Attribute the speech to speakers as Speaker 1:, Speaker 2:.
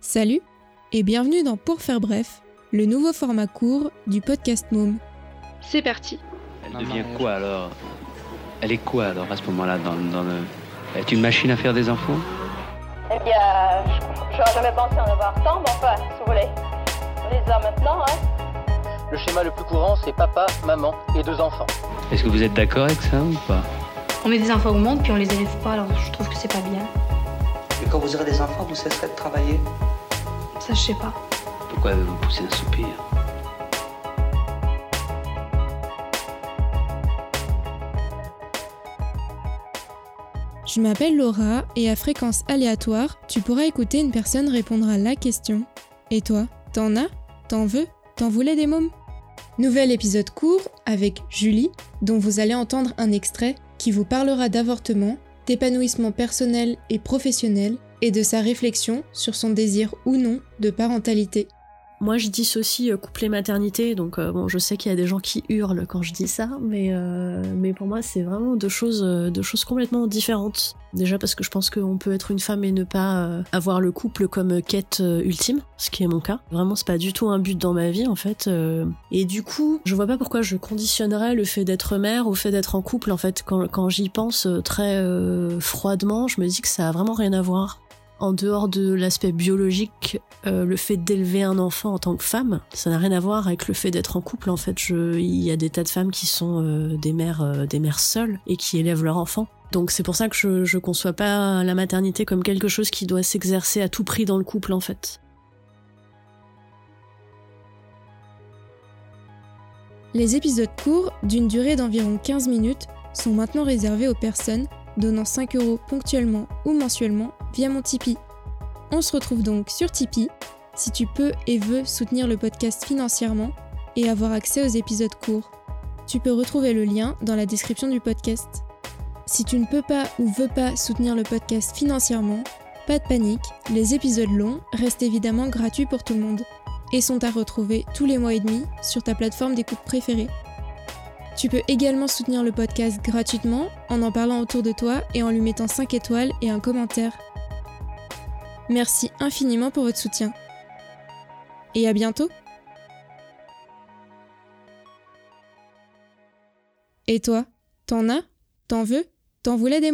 Speaker 1: Salut et bienvenue dans Pour faire bref, le nouveau format court du podcast Môme.
Speaker 2: C'est parti.
Speaker 3: Elle devient quoi alors ? Elle est quoi alors à ce moment-là dans le... Elle est une machine à faire des enfants ?
Speaker 4: Eh bien, j'aurais jamais pensé en avoir tant, mais enfin, si vous voulez. On les a maintenant, hein.
Speaker 5: Le schéma le plus courant, c'est papa, maman et 2 enfants.
Speaker 3: Est-ce que vous êtes d'accord avec ça ou pas ?
Speaker 6: On met des enfants au monde puis on les élève pas, alors je trouve que c'est pas bien.
Speaker 7: Et quand vous aurez des enfants, vous cesserez de travailler ?
Speaker 6: Ça, je sais pas.
Speaker 3: Pourquoi vous poussez un soupir ?
Speaker 1: Je m'appelle Laura et à fréquence aléatoire, tu pourras écouter une personne répondre à la question. Et toi, t'en as ? T'en veux ? T'en voulais des mômes ? Nouvel épisode court avec Julie, dont vous allez entendre un extrait qui vous parlera d'avortement, d'épanouissement personnel et professionnel et de sa réflexion sur son désir ou non de parentalité.
Speaker 8: Moi, je dissocie couple et maternité, donc je sais qu'il y a des gens qui hurlent quand je dis ça, mais pour moi, c'est vraiment deux choses complètement différentes. Déjà parce que je pense qu'on peut être une femme et ne pas avoir le couple comme quête ultime, ce qui est mon cas. Vraiment, c'est pas du tout un but dans ma vie, en fait. Et du coup, je vois pas pourquoi je conditionnerais le fait d'être mère au fait d'être en couple. En fait, quand j'y pense très froidement, je me dis que ça a vraiment rien à voir. En dehors de l'aspect biologique, le fait d'élever un enfant en tant que femme, ça n'a rien à voir avec le fait d'être en couple. En fait, il y a des tas de femmes qui sont des mères seules et qui élèvent leur enfant. Donc c'est pour ça que je conçois pas la maternité comme quelque chose qui doit s'exercer à tout prix dans le couple, en fait.
Speaker 1: Les épisodes courts, d'une durée d'environ 15 minutes, sont maintenant réservés aux personnes donnant 5 € ponctuellement ou mensuellement via mon Tipeee. On se retrouve donc sur Tipeee si tu peux et veux soutenir le podcast financièrement et avoir accès aux épisodes courts. Tu peux retrouver le lien dans la description du podcast. Si tu ne peux pas ou veux pas soutenir le podcast financièrement, pas de panique, les épisodes longs restent évidemment gratuits pour tout le monde et sont à retrouver tous les mois et demi sur ta plateforme d'écoute préférée. Tu peux également soutenir le podcast gratuitement en parlant autour de toi et en lui mettant 5 étoiles et un commentaire. Merci infiniment pour votre soutien. Et à bientôt. Et toi, t'en as ? T'en veux ? T'en voulais des mômes ?